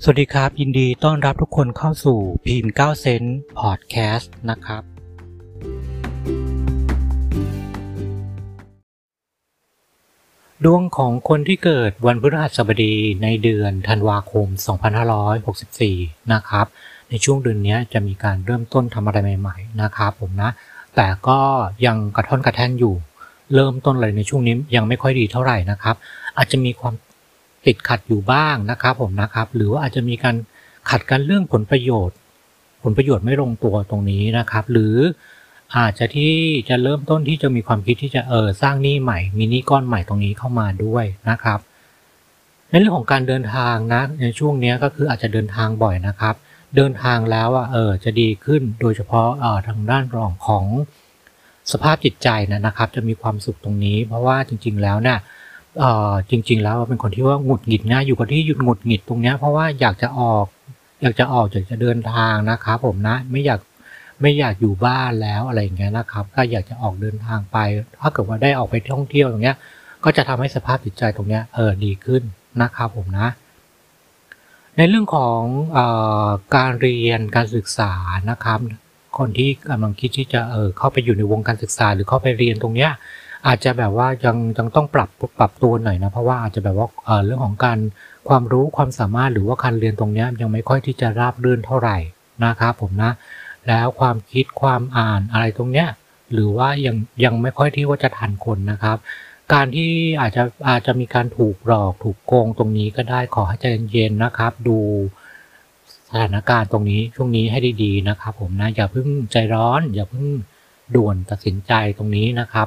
สวัสดีครับยินดีต้อนรับทุกคนเข้าสู่พิมพ์9เซนส์พอดแคสต์นะครับดวงของคนที่เกิดวันพฤหัสบดีในเดือนธันวาคม2564นะครับในช่วงเดือนนี้จะมีการเริ่มต้นทำอะไรใหม่ๆนะครับผมนะแต่ก็ยังกระท่อนกระแท่นอยู่เริ่มต้นอะไรในช่วงนี้ยังไม่ค่อยดีเท่าไหร่นะครับอาจจะมีความติดขัดอยู่บ้างนะครับผมนะครับหรือว่าอาจจะมีการขัดกันเรื่องผลประโยชน์ไม่ลงตัวตรงนี้นะครับหรืออาจจะที่จะเริ่มต้นที่จะมีความคิดที่จะสร้างหนี้ใหม่มีหนี้ก้อนใหม่ตรงนี้เข้ามาด้วยนะครับในเรื่องของการเดินทางนะในช่วงนี้ก็คืออาจจะเดินทางบ่อยนะครับเดินทางแล้วจะดีขึ้นโดยเฉพาะทางด้านของสภาพจิตใจนะครับจะมีความสุขตรงนี้เพราะว่าจริงๆแล้วเนี่ยจริงๆแล้วเป็นคนที่ว่าหงุดหงิดง่ายอยู่กับที่หยุดหงุดหงิดตรงนี้เพราะว่าอยากจะเดินทางนะครับผมนะไม่อยากอยู่บ้านแล้วอะไรอย่างเงี้ยนะครับก็อยากจะออกเดินทางไปถ้าเกิดว่าได้ออกไปท่องเที่ยวตรงเนี้ยก็จะทำให้สภาพจิตใจตรงเนี้ยดีขึ้นนะครับผมนะในเรื่องของการเรียนการศึกษานะครับคนที่กำลังคิดที่จะเข้าไปอยู่ในวงการศึกษาหรือเข้าไปเรียนตรงเนี้ยอาจจะแบบว่ายังต้องปรับตัวหน่อยนะเพราะว่าอาจจะแบบว่าเรื่องของการความรู้ความสามารถหรือว่าการเรียนตรงนี้ยังไม่ค่อยที่จะราบรื่นเท่าไหร่นะครับผมนะแล้วความคิดความอ่านอะไรตรงเนี้ยหรือว่ายังไม่ค่อยที่ว่าจะทันคนนะครับการที่อาจจะมีการถูกหลอกถูกโกงตรงนี้ก็ได้ขอให้ใจเย็นๆนะครับดูสถานการณ์ตรงนี้ช่วงนี้ให้ดีๆนะครับผมนะอย่าเพิ่งใจร้อนอย่าเพิ่งด่วนตัดสินใจตรงนี้นะครับ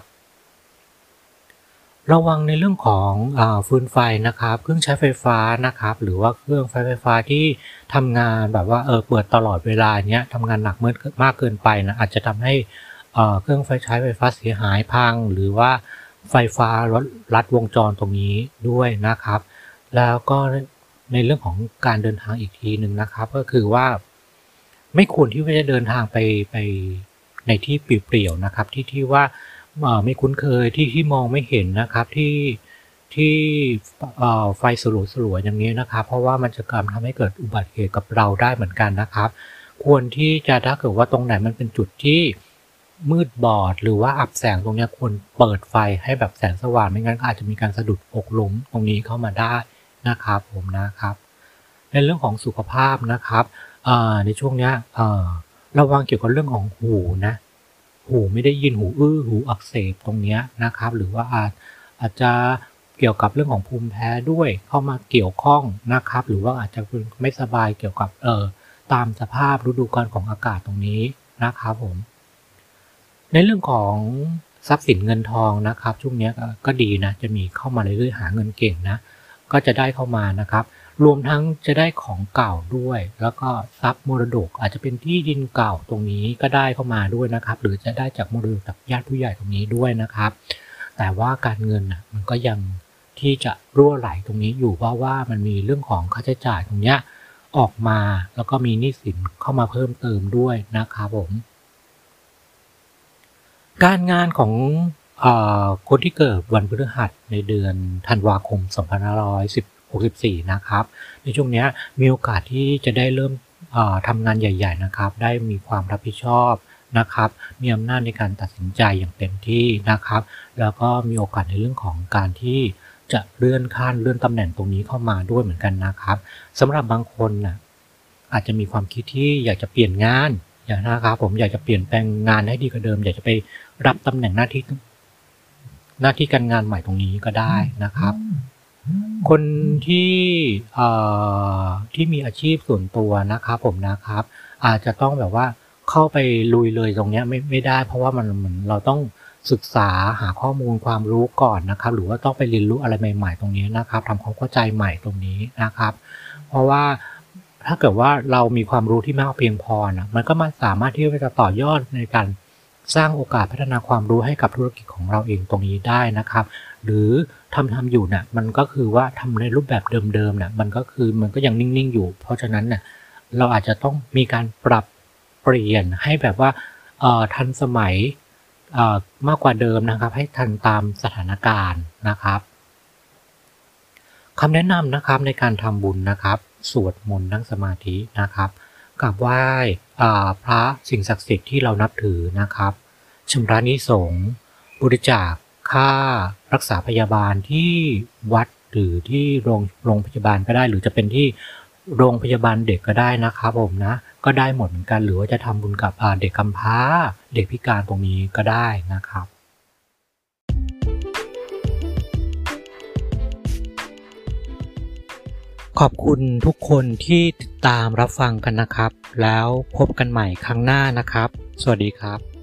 ระวังในเรื่องของฟืนไฟนะครับเครื่องใช้ไฟฟ้านะครับหรือว่าเครื่องไฟฟ้าที่ทำงานแบบว่าเปิดตลอดเวลาเนี้ยทำงานหนักมากเกินไปนะอาจจะทำให้เครื่องใช้ไฟฟ้าเสียหายพังหรือว่าไฟฟ้าลัดวงจรตรงนี้ด้วยนะครับแล้วก็ในเรื่องของการเดินทางอีกทีหนึ่งนะครับก็คือว่าไม่ควรที่จะเดินทางไปในที่เปลี่ยวๆนะครับที่ว่าไม่คุ้นเคยที่มองไม่เห็นนะครับที่ไฟสลัวๆอย่างนี้นะครับเพราะว่ามันจะทำให้เกิดอุบัติเหตุกับเราได้เหมือนกันนะครับควรที่จะถ้าเกิดว่าตรงไหนมันเป็นจุดที่มืดบอดหรือว่าอับแสงตรงนี้ควรเปิดไฟให้แบบแสงสว่างไม่งั้นก็อาจจะมีการสะดุดหกล้มตรงนี้เข้ามาได้นะครับผมนะครับในเรื่องของสุขภาพนะครับในช่วงนี้ระวังเกี่ยวกับเรื่องของหูนะหูไม่ได้ยินหูอื้อหูอักเสบตรงนี้นะครับหรือว่าอาจจะเกี่ยวกับเรื่องของภูมิแพ้ด้วยเข้ามาเกี่ยวข้องนะครับหรือว่าอาจจะไม่สบายเกี่ยวกับตามสภาพฤดูกาลของอากาศตรงนี้นะครับผมในเรื่องของทรัพย์สินเงินทองนะครับช่วงนี้ก็ดีนะจะมีเข้ามาเรื่อยๆหาเงินเก่งนะก็จะได้เข้ามานะครับรวมทั้งจะได้ของเก่าด้วยแล้วก็ทรัพย์มรดกอาจจะเป็นที่ดินเก่าตรงนี้ก็ได้เข้ามาด้วยนะครับหรือจะได้จากมรดกจากญาติผู้ใหญ่ตรงนี้ด้วยนะครับแต่ว่าการเงินมันก็ยังที่จะรั่วไหลตรงนี้อยู่เพราะว่ามันมีเรื่องของค่าใช้จ่ายตรงนี้ออกมาแล้วก็มีหนี้สินเข้ามาเพิ่มเติมด้วยนะครับผมการงานของคนที่เกิดวันพฤหัสในเดือนธันวาคม2564นะครับในช่วงนี้มีโอกาสที่จะได้เริ่มทำงานใหญ่ๆนะครับได้มีความรับผิดชอบนะครับมีอำนาจในการตัดสินใจอย่างเต็มที่นะครับแล้วก็มีโอกาสในเรื่องของการที่จะเลื่อนขั้นเลื่อนตำแหน่งตรงนี้เข้ามาด้วยเหมือนกันนะครับสำหรับบางคนนะอาจจะมีความคิดที่อยากจะเปลี่ยนงานนะครับผมอยากจะเปลี่ยนแปลงงานให้ดีกว่าเดิมอยากจะไปรับตำแหน่งหน้าที่การงานใหม่ตรงนี้ก็ได้นะครับคนที่มีอาชีพส่วนตัวนะครับผมนะครับอาจจะต้องแบบว่าเข้าไปลุยเลยตรงนี้ไม่ได้เพราะว่ามันเราต้องศึกษาหาข้อมูลความรู้ก่อนนะครับหรือว่าต้องไปเรียนรู้อะไรใหม่ๆตรงนี้นะครับทำความเข้าใจใหม่ตรงนี้นะครับเพราะว่าถ้าเกิดว่าเรามีความรู้ที่มากเพียงพอนะมันก็สามารถที่จะต่อยอดในการสร้างโอกาสพัฒนาความรู้ให้กับธุรกิจของเราเองตรงนี้ได้นะครับหรือทำอยู่เนี่ยมันก็คือว่าทำในรูปแบบเดิมๆเนี่ยมันก็ยังนิ่งๆอยู่เพราะฉะนั้นเนี่ยเราอาจจะต้องมีการปรับเปลี่ยนให้แบบว่าทันสมัยมากกว่าเดิมนะครับให้ทันตามสถานการณ์นะครับคำแนะนำนะครับในการทำบุญนะครับสวดมนต์นั่งสมาธินะครับกราบไหว้พระสิ่งศักดิ์สิทธิ์ที่เรานับถือนะครับชำระหนี้สงฆ์บริจาคค่ารักษาพยาบาลที่วัดหรือที่โรงพยาบาลก็ได้หรือจะเป็นที่โรงพยาบาลเด็กก็ได้นะครับผมนะก็ได้หมดเหมือนกันหรือว่าจะทำบุญกับเด็กกำพร้าเด็กพิการตรงนี้ก็ได้นะครับขอบคุณทุกคนที่ติดตามรับฟังกันนะครับแล้วพบกันใหม่ครั้งหน้านะครับสวัสดีครับ